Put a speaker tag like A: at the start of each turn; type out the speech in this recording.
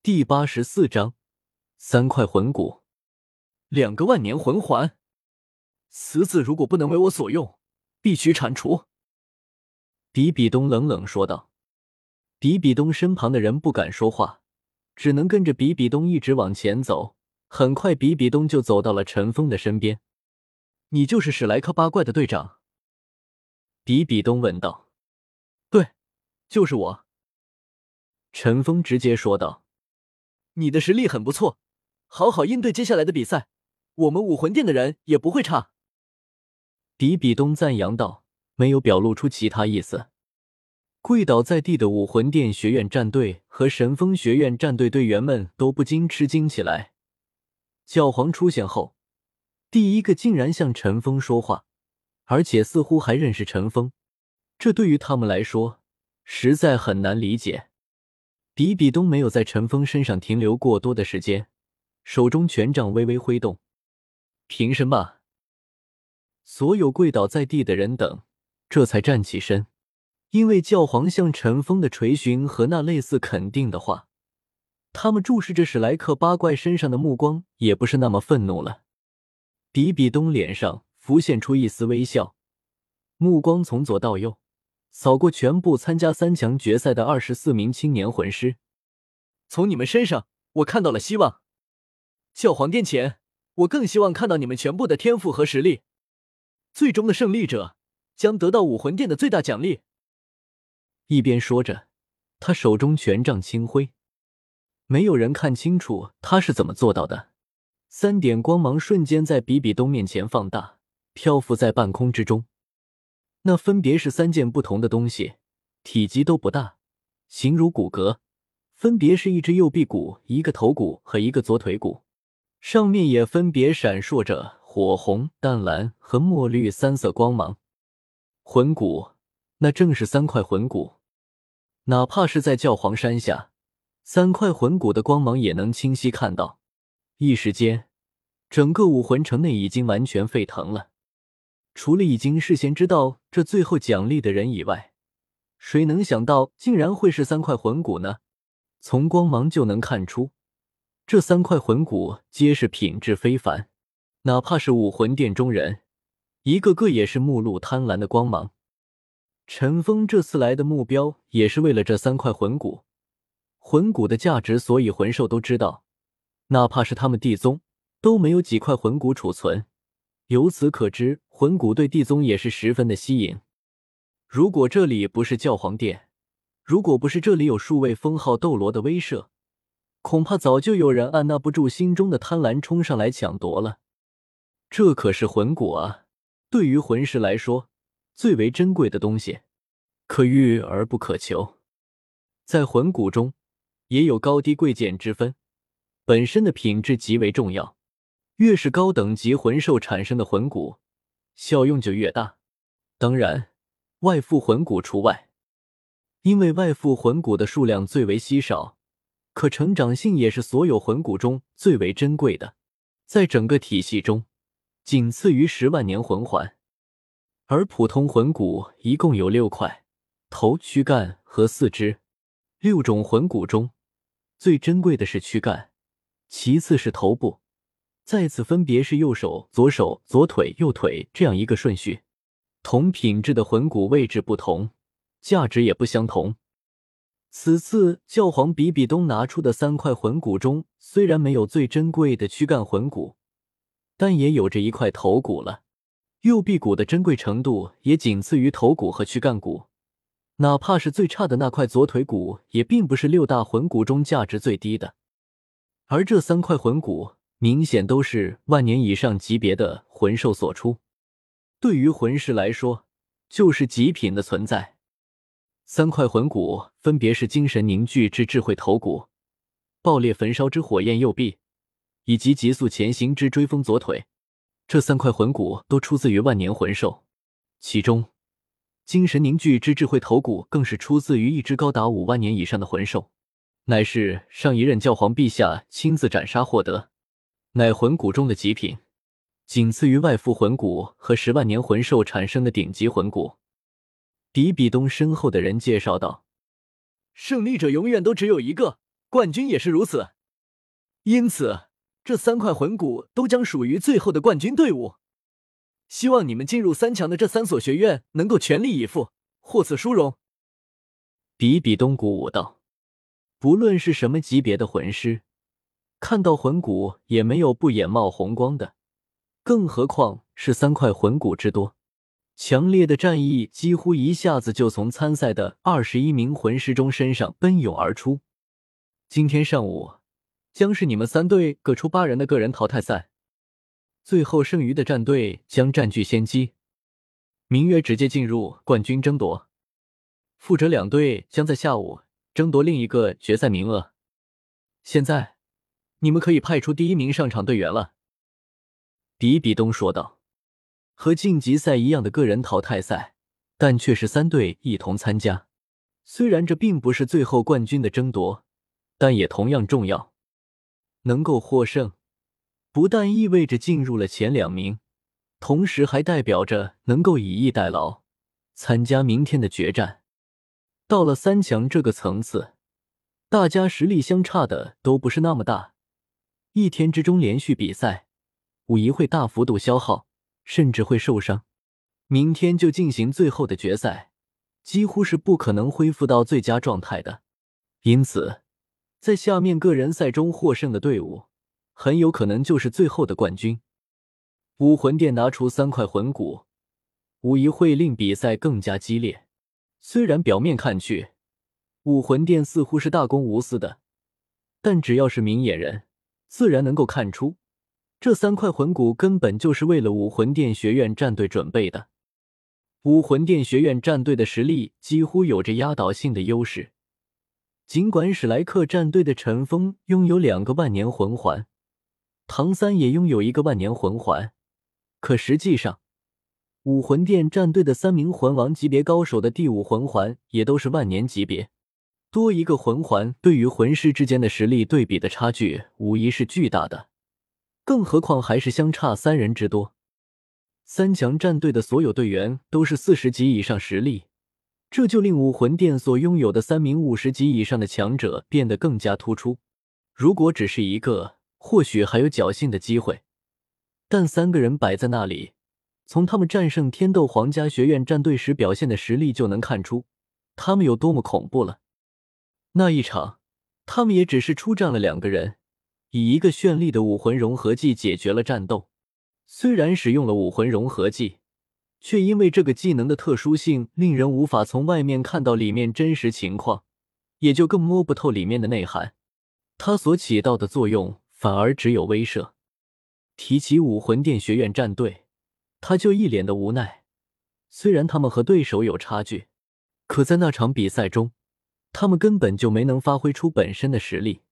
A: 第84章三块魂骨，2个万年魂环，死子如果不能为我所用，必须铲除。比比东冷冷说道。比比东身旁的人不敢说话，只能跟着比比东一直往前走。很快比比东就走到了陈峰的身边。你就是史莱克八怪的队长？比比东问道。对，就是我。陈峰直接说道。你的实力很不错，好好应对接下来的比赛，我们武魂殿的人也不会差。比比东赞扬道，没有表露出其他意思。跪倒在地的武魂殿学院战队和神风学院战队队员们都不禁吃惊起来。教皇出现后，第一个竟然向陈峰说话，而且似乎还认识陈峰，这对于他们来说实在很难理解。比比东没有在陈峰身上停留过多的时间，手中权杖微微挥动。凭什么？所有跪倒在地的人等这才站起身，因为教皇向陈峰的垂询和那类似肯定的话，他们注视着史莱克八怪身上的目光也不是那么愤怒了。比比东脸上浮现出一丝微笑，目光从左到右扫过全部参加3强决赛的24名青年魂师。从你们身上我看到了希望，教皇殿前我更希望看到你们全部的天赋和实力，最终的胜利者将得到武魂殿的最大奖励。一边说着，他手中权杖轻挥，没有人看清楚他是怎么做到的。3点光芒瞬间在比比东面前放大，漂浮在半空之中。那分别是3件不同的东西，体积都不大，形如骨骼，分别是一只右臂骨、一个头骨和一个左腿骨，上面也分别闪烁着火红、淡蓝和墨绿3色光芒。魂骨，那正是3块魂骨。哪怕是在教皇山下，3块魂骨的光芒也能清晰看到。一时间，整个武魂城内已经完全沸腾了。除了已经事先知道这最后奖励的人以外，谁能想到竟然会是3块魂骨呢？从光芒就能看出，这3块魂骨皆是品质非凡，哪怕是武魂殿中人，一个个也是目露贪婪的光芒。陈峰这次来的目标也是为了这3块魂骨，魂骨的价值所以魂兽都知道，哪怕是他们地宗都没有几块魂骨储存。由此可知，魂骨对地宗也是十分的吸引。如果这里不是教皇殿，如果不是这里有数位封号斗罗的威慑，恐怕早就有人按捺不住心中的贪婪冲上来抢夺了。这可是魂骨啊，对于魂师来说最为珍贵的东西，可遇而不可求。在魂骨中也有高低贵贱之分，本身的品质极为重要，越是高等级魂兽产生的魂骨，效用就越大。当然，外附魂骨除外，因为外附魂骨的数量最为稀少，可成长性也是所有魂骨中最为珍贵的，在整个体系中仅次于10万年魂环。而普通魂骨一共有6块，头、躯干和4肢。6种魂骨中最珍贵的是躯干，其次是头部，再次分别是右手、左手、左腿、右腿这样一个顺序。同品质的魂骨位置不同，价值也不相同。此次教皇比比东拿出的3块魂骨中，虽然没有最珍贵的躯干魂骨，但也有着一块头骨了。右臂骨的珍贵程度也仅次于头骨和躯干骨，哪怕是最差的那块左腿骨，也并不是6大魂骨中价值最低的。而这3块魂骨明显都是万年以上级别的魂兽所出，对于魂师来说就是极品的存在。3块魂骨分别是精神凝聚之智慧头骨、爆裂焚烧之火焰右臂，以及急速前行之追风左腿。这3块魂骨都出自于万年魂兽，其中精神凝聚之智慧头骨更是出自于一只高达5万年以上的魂兽，乃是上一任教皇陛下亲自斩杀获得，乃魂骨中的极品，仅次于外附魂骨和10万年魂兽产生的顶级魂骨。比比东身后的人介绍道，胜利者永远都只有一个， 冠军也是如此。因此，这3块魂骨都将属于最后的冠军队伍。希望你们进入3强的这3所学院能够全力以赴，获此殊荣。比比东鼓舞道。不论是什么级别的魂师，看到魂骨也没有不眼冒红光的，更何况是3块魂骨之多。强烈的战意几乎一下子就从参赛的21名魂师中身上奔涌而出。今天上午将是你们3队各出8人的个人淘汰赛，最后剩余的战队将占据先机，名约直接进入冠军争夺。负责2队将在下午争夺另一个决赛名额。现在，你们可以派出第1名上场队员了。比比东说道。和晋级赛一样的个人淘汰赛，但却是3队一同参加。虽然这并不是最后冠军的争夺，但也同样重要。能够获胜，不但意味着进入了前2名，同时还代表着能够以逸待劳，参加明天的决战。到了3强这个层次，大家实力相差的都不是那么大，一天之中连续比赛，无疑会大幅度消耗，甚至会受伤。明天就进行最后的决赛，几乎是不可能恢复到最佳状态的。因此，在下面个人赛中获胜的队伍，很有可能就是最后的冠军。武魂殿拿出3块魂骨，无疑会令比赛更加激烈。虽然表面看去，武魂殿似乎是大公无私的，但只要是明眼人，自然能够看出，这3块魂骨根本就是为了武魂殿学院战队准备的。武魂殿学院战队的实力几乎有着压倒性的优势。尽管史莱克战队的陈锋拥有2个万年魂环，唐三也拥有1个万年魂环，可实际上，武魂殿战队的3名魂王级别高手的第5魂环也都是万年级别，多1个魂环对于魂师之间的实力对比的差距无疑是巨大的，更何况还是相差3人之多。3强战队的所有队员都是40级以上实力，这就令武魂殿所拥有的3名50级以上的强者变得更加突出。如果只是1个，或许还有侥幸的机会，但3个人摆在那里，从他们战胜天斗皇家学院战队时表现的实力就能看出他们有多么恐怖了。那一场，他们也只是出战了2个人，以1个绚丽的武魂融合技解决了战斗。虽然使用了武魂融合技，却因为这个技能的特殊性令人无法从外面看到里面真实情况，也就更摸不透里面的内涵。它所起到的作用反而只有威慑。提起武魂殿学院战队，他就一脸的无奈。虽然他们和对手有差距，可在那场比赛中，他们根本就没能发挥出本身的实力。